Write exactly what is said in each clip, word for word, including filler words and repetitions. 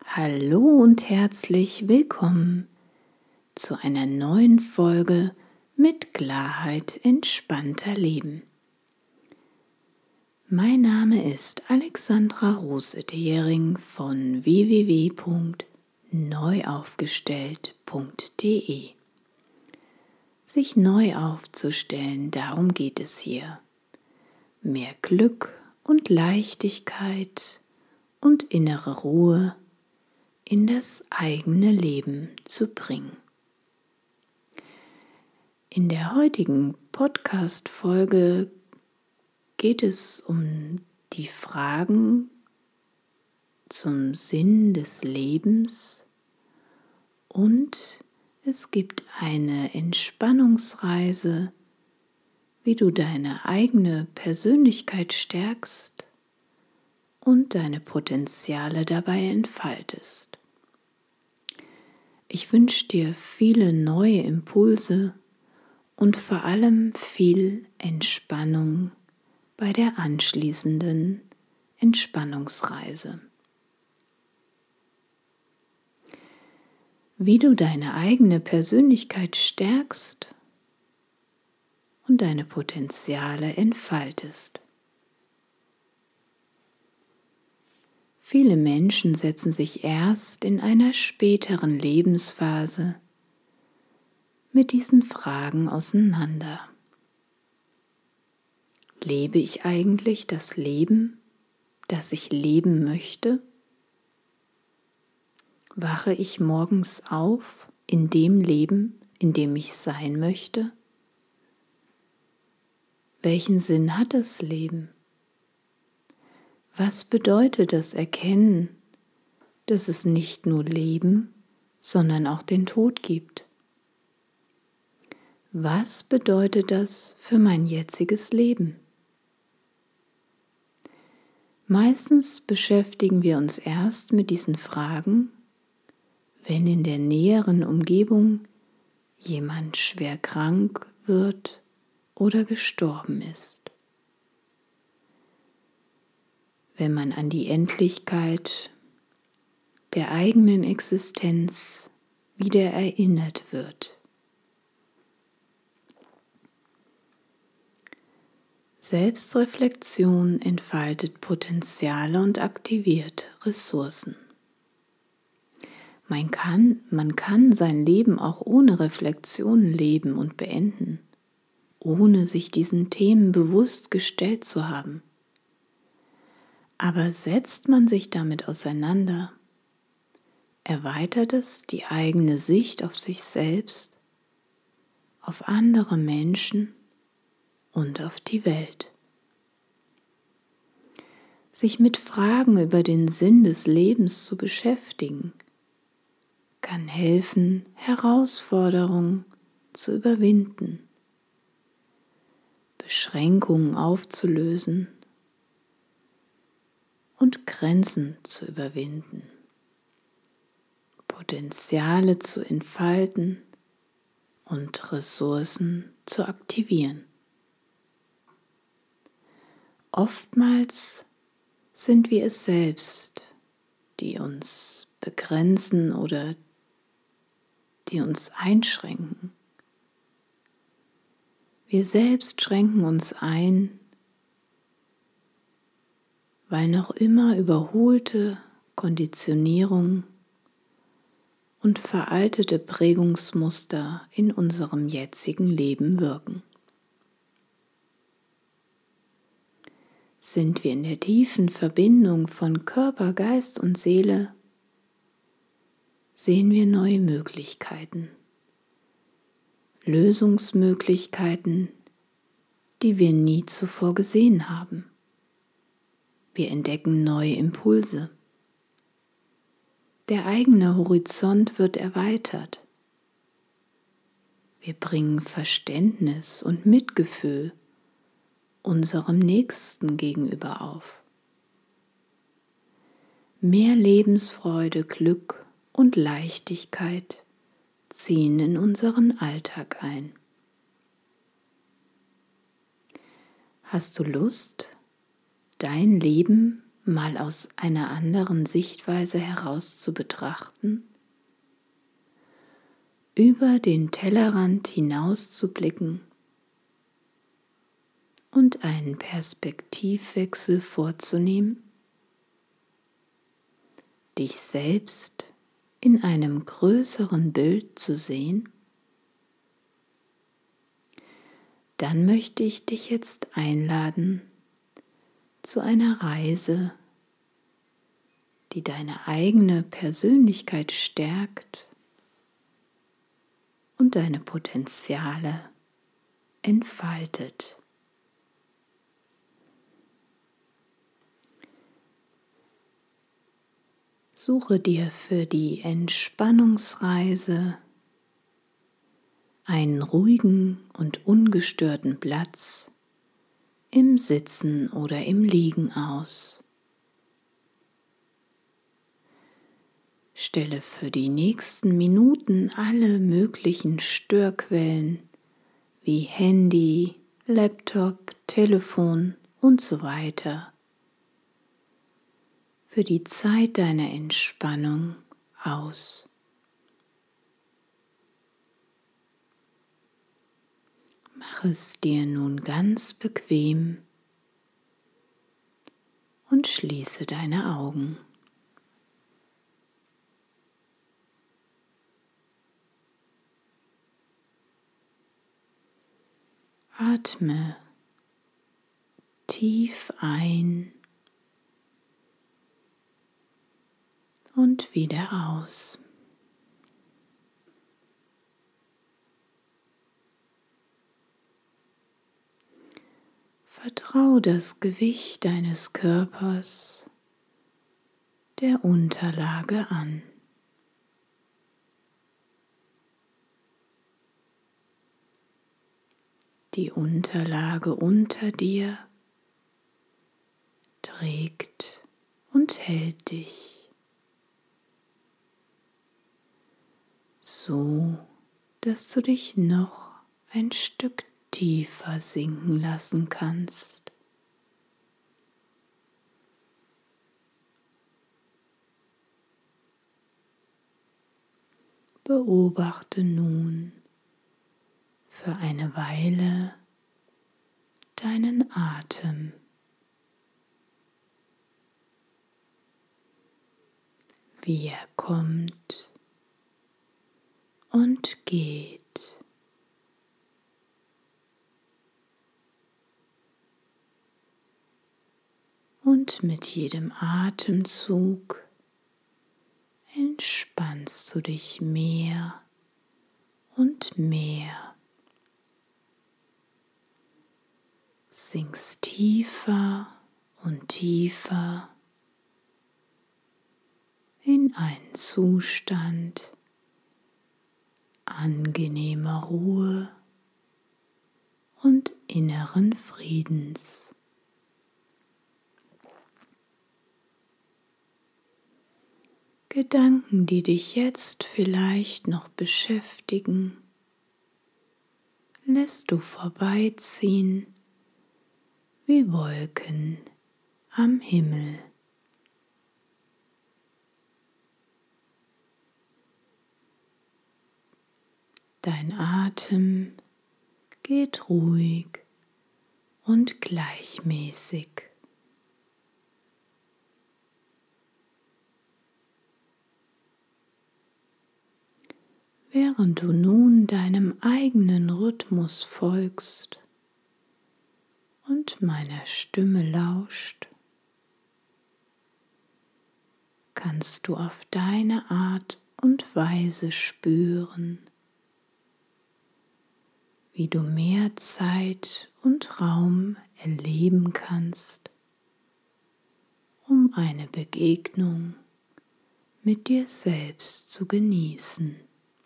Hallo und herzlich willkommen zu einer neuen Folge mit Klarheit entspannter Leben. Mein Name ist Alexandra Rose-Thering von w w w punkt neuaufgestellt punkt de. Sich neu aufzustellen, darum geht es hier. Mehr Glück und Leichtigkeit und innere Ruhe in das eigene Leben zu bringen. In der heutigen Podcast-Folge geht es um die Fragen zum Sinn des Lebens und es gibt eine Entspannungsreise, wie du deine eigene Persönlichkeit stärkst und deine Potenziale dabei entfaltest. Ich wünsche dir viele neue Impulse und vor allem viel Entspannung bei der anschließenden Entspannungsreise. Wie du deine eigene Persönlichkeit stärkst und deine Potenziale entfaltest. Viele Menschen setzen sich erst in einer späteren Lebensphase mit diesen Fragen auseinander. Lebe ich eigentlich das Leben, das ich leben möchte? Wache ich morgens auf in dem Leben, in dem ich sein möchte? Welchen Sinn hat das Leben? Was bedeutet das Erkennen, dass es nicht nur Leben, sondern auch den Tod gibt? Was bedeutet das für mein jetziges Leben? Meistens beschäftigen wir uns erst mit diesen Fragen, wenn in der näheren Umgebung jemand schwer krank wird oder gestorben ist. Wenn man an die Endlichkeit der eigenen Existenz wieder erinnert wird. Selbstreflexion entfaltet Potenziale und aktiviert Ressourcen. Man kann, man kann sein Leben auch ohne Reflexion leben und beenden, ohne sich diesen Themen bewusst gestellt zu haben. Aber setzt man sich damit auseinander, erweitert es die eigene Sicht auf sich selbst, auf andere Menschen und auf die Welt. Sich mit Fragen über den Sinn des Lebens zu beschäftigen, kann helfen, Herausforderungen zu überwinden, Beschränkungen aufzulösen und Grenzen zu überwinden, Potenziale zu entfalten und Ressourcen zu aktivieren. Oftmals sind wir es selbst, die uns begrenzen oder die uns einschränken. Wir selbst schränken uns ein, weil noch immer überholte Konditionierung und veraltete Prägungsmuster in unserem jetzigen Leben wirken. Sind wir in der tiefen Verbindung von Körper, Geist und Seele, sehen wir neue Möglichkeiten, Lösungsmöglichkeiten, die wir nie zuvor gesehen haben. Wir entdecken neue Impulse. Der eigene Horizont wird erweitert. Wir bringen Verständnis und Mitgefühl unserem Nächsten gegenüber auf. Mehr Lebensfreude, Glück und Leichtigkeit ziehen in unseren Alltag ein. Hast du Lust, dein Leben mal aus einer anderen Sichtweise heraus zu betrachten, über den Tellerrand hinaus zu blicken und einen Perspektivwechsel vorzunehmen, dich selbst in einem größeren Bild zu sehen, dann möchte ich dich jetzt einladen zu einer Reise, die deine eigene Persönlichkeit stärkt und deine Potenziale entfaltet. Suche dir für die Entspannungsreise einen ruhigen und ungestörten Platz im Sitzen oder im Liegen aus. Stelle für die nächsten Minuten alle möglichen Störquellen wie Handy, Laptop, Telefon und so weiter für die Zeit deiner Entspannung aus. Mach es dir nun ganz bequem und schließe deine Augen. Atme tief ein und wieder aus. Vertrau das Gewicht deines Körpers der Unterlage an. Die Unterlage unter dir trägt und hält dich, so dass du dich noch ein Stück tiefer sinken lassen kannst. Beobachte nun für eine Weile deinen Atem. Wie er kommt und geht. Und mit jedem Atemzug entspannst du dich mehr und mehr. Sinkst tiefer und tiefer in einen Zustand angenehmer Ruhe und inneren Friedens. Gedanken, die dich jetzt vielleicht noch beschäftigen, lässt du vorbeiziehen wie Wolken am Himmel. Dein Atem geht ruhig und gleichmäßig. Während du nun deinem eigenen Rhythmus folgst und meiner Stimme lauscht, kannst du auf deine Art und Weise spüren, wie du mehr Zeit und Raum erleben kannst, um eine Begegnung mit dir selbst zu genießen.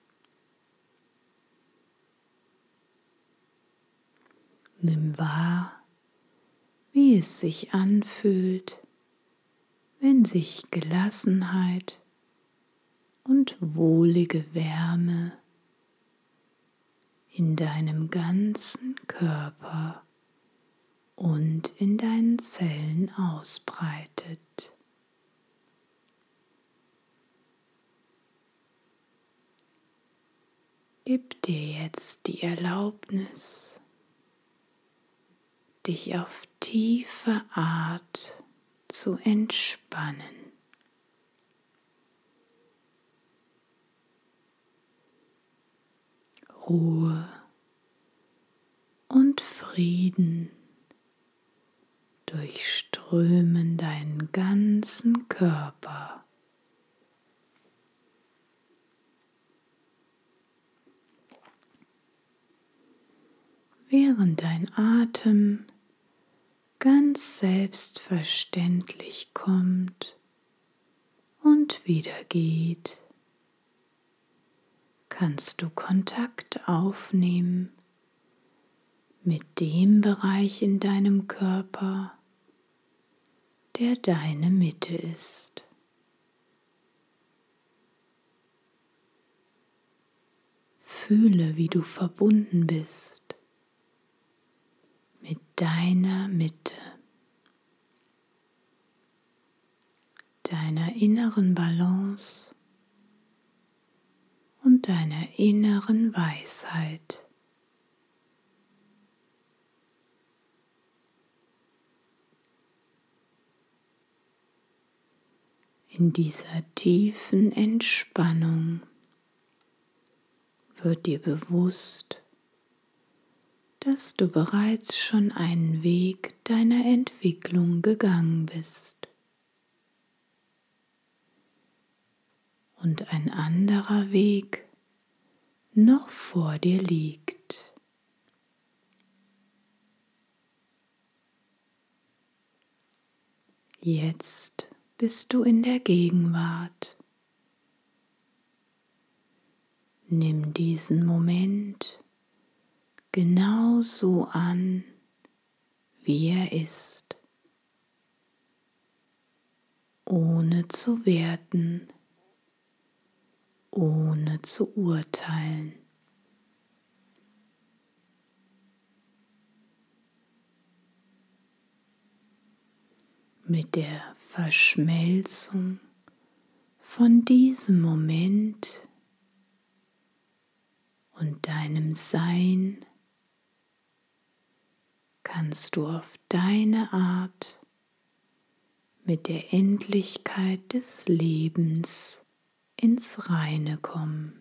Nimm wahr, wie es sich anfühlt, wenn sich Gelassenheit und wohlige Wärme in deinem ganzen Körper und in deinen Zellen ausbreitet. Gib dir jetzt die Erlaubnis, dich auf tiefe Art zu entspannen. Ruhe und Frieden durchströmen deinen ganzen Körper. Während dein Atem ganz selbstverständlich kommt und wieder geht, kannst du Kontakt aufnehmen mit dem Bereich in deinem Körper, der deine Mitte ist. Fühle, wie du verbunden bist mit deiner Mitte, deiner inneren Balance und deiner inneren Weisheit. In dieser tiefen Entspannung wird dir bewusst, dass du bereits schon einen Weg deiner Entwicklung gegangen bist und ein anderer Weg noch vor dir liegt. Jetzt bist du in der Gegenwart. Nimm diesen Moment genau so an, wie er ist, ohne zu werten, ohne zu urteilen. Mit der Verschmelzung von diesem Moment und deinem Sein kannst du auf deine Art mit der Endlichkeit des Lebens ins Reine kommen.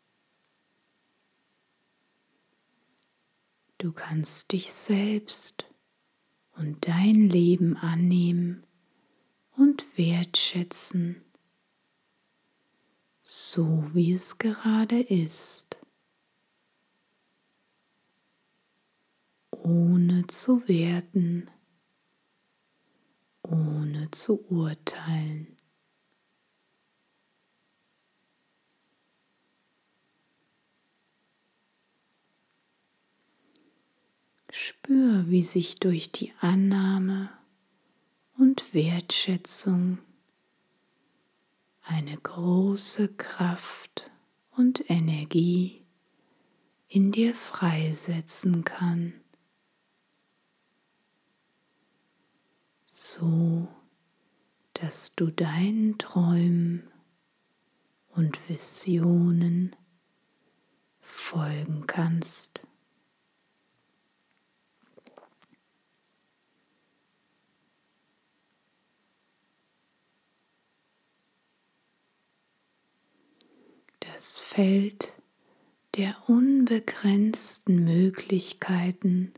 Du kannst dich selbst und dein Leben annehmen und wertschätzen, so wie es gerade ist, ohne zu werten, ohne zu urteilen. Spür, wie sich durch die Annahme und Wertschätzung eine große Kraft und Energie in dir freisetzen kann, so dass du deinen Träumen und Visionen folgen kannst. Das Feld der unbegrenzten Möglichkeiten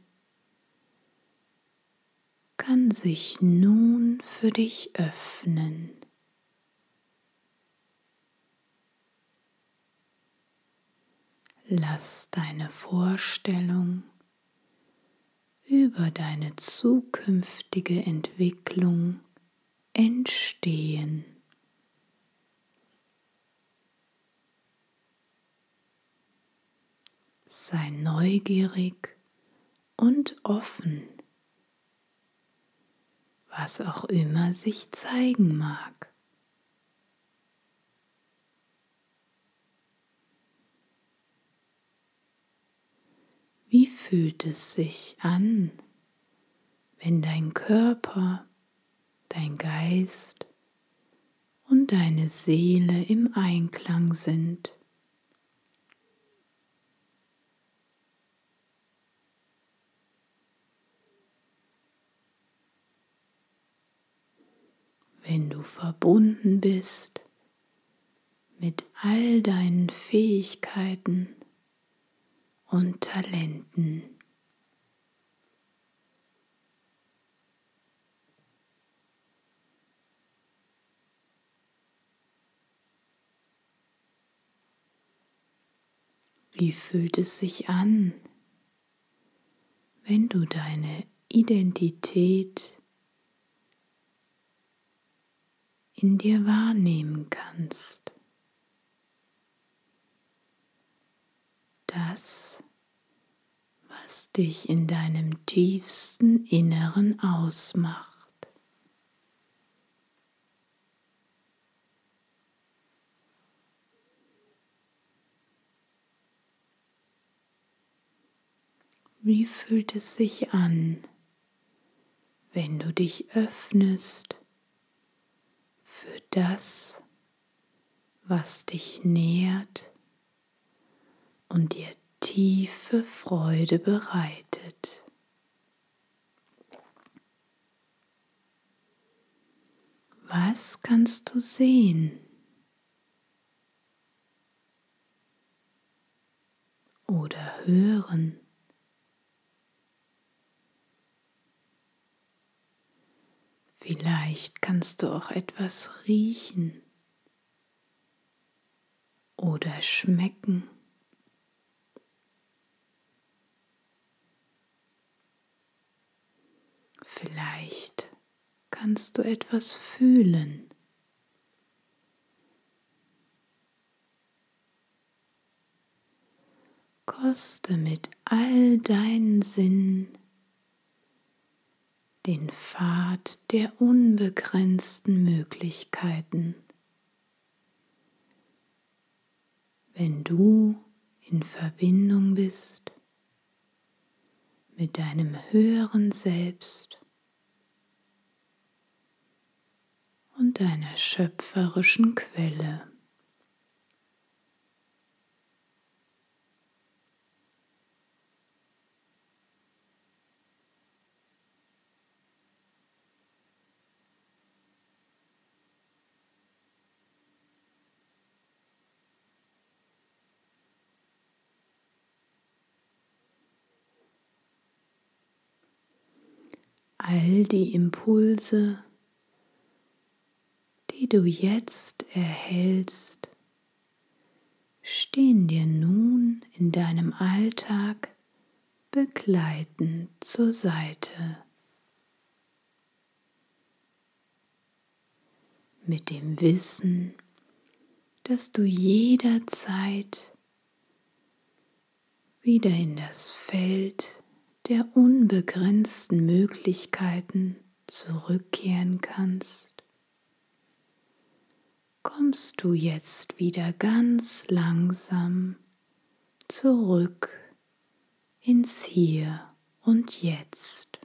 kann sich nun für dich öffnen. Lass deine Vorstellung über deine zukünftige Entwicklung entstehen. Sei neugierig und offen, was auch immer sich zeigen mag. Wie fühlt es sich an, wenn dein Körper, dein Geist und deine Seele im Einklang sind. Wenn du verbunden bist mit all deinen Fähigkeiten und Talenten. Wie fühlt es sich an, wenn du deine Identität in dir wahrnehmen kannst? Das, was dich in deinem tiefsten Inneren ausmacht. Wie fühlt es sich an, wenn du dich öffnest für das, was dich nährt und dir tiefe Freude bereitet? Was kannst du sehen oder hören? Vielleicht kannst du auch etwas riechen oder schmecken. Vielleicht kannst du etwas fühlen. Koste mit all deinen Sinnen den Pfad der unbegrenzten Möglichkeiten. Wenn du in Verbindung bist mit deinem höheren Selbst und deiner schöpferischen Quelle. All die Impulse, die du jetzt erhältst, stehen dir nun in deinem Alltag begleitend zur Seite. Mit dem Wissen, dass du jederzeit wieder in das Feld der unbegrenzten Möglichkeiten zurückkehren kannst, kommst du jetzt wieder ganz langsam zurück ins Hier und Jetzt.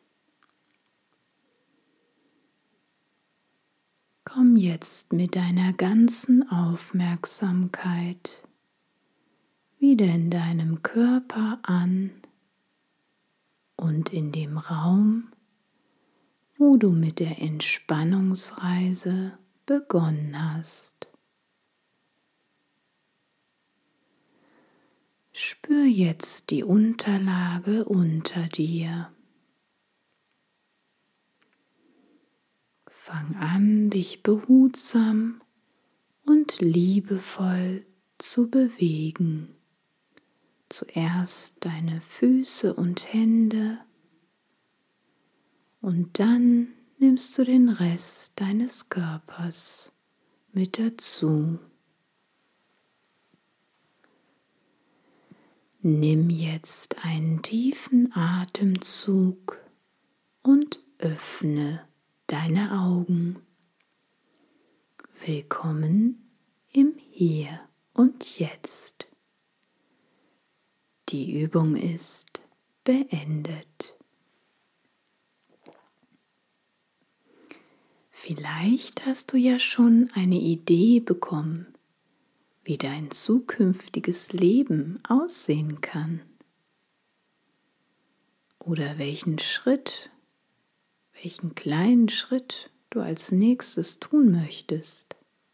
Komm jetzt mit deiner ganzen Aufmerksamkeit wieder in deinem Körper an und in dem Raum, wo du mit der Entspannungsreise begonnen hast. Spür jetzt die Unterlage unter dir. Fang an, dich behutsam und liebevoll zu bewegen. Zuerst deine Füße und Hände und dann nimmst du den Rest deines Körpers mit dazu. Nimm jetzt einen tiefen Atemzug und öffne deine Augen. Willkommen im Hier und Jetzt. Die Übung ist beendet. Vielleicht hast du ja schon eine Idee bekommen, wie dein zukünftiges Leben aussehen kann oder welchen Schritt, welchen kleinen Schritt du als nächstes tun möchtest.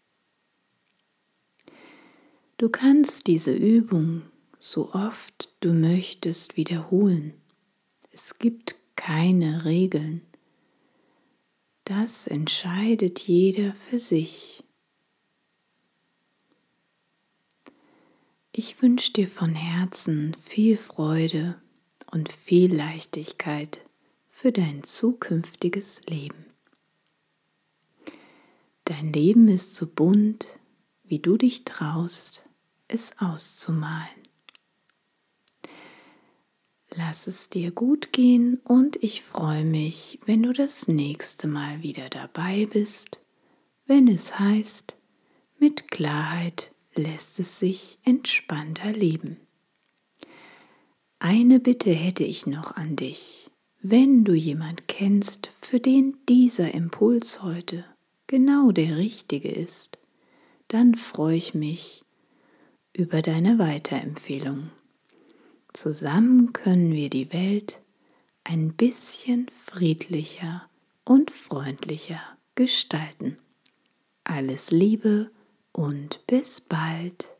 Du kannst diese Übung so oft du möchtest wiederholen. Es gibt keine Regeln. Das entscheidet jeder für sich. Ich wünsche dir von Herzen viel Freude und viel Leichtigkeit für dein zukünftiges Leben. Dein Leben ist so bunt, wie du dich traust, es auszumalen. Lass es dir gut gehen und ich freue mich, wenn du das nächste Mal wieder dabei bist, wenn es heißt, mit Klarheit lässt es sich entspannter leben. Eine Bitte hätte ich noch an dich. Wenn du jemand kennst, für den dieser Impuls heute genau der richtige ist, dann freue ich mich über deine Weiterempfehlung. Zusammen können wir die Welt ein bisschen friedlicher und freundlicher gestalten. Alles Liebe und bis bald.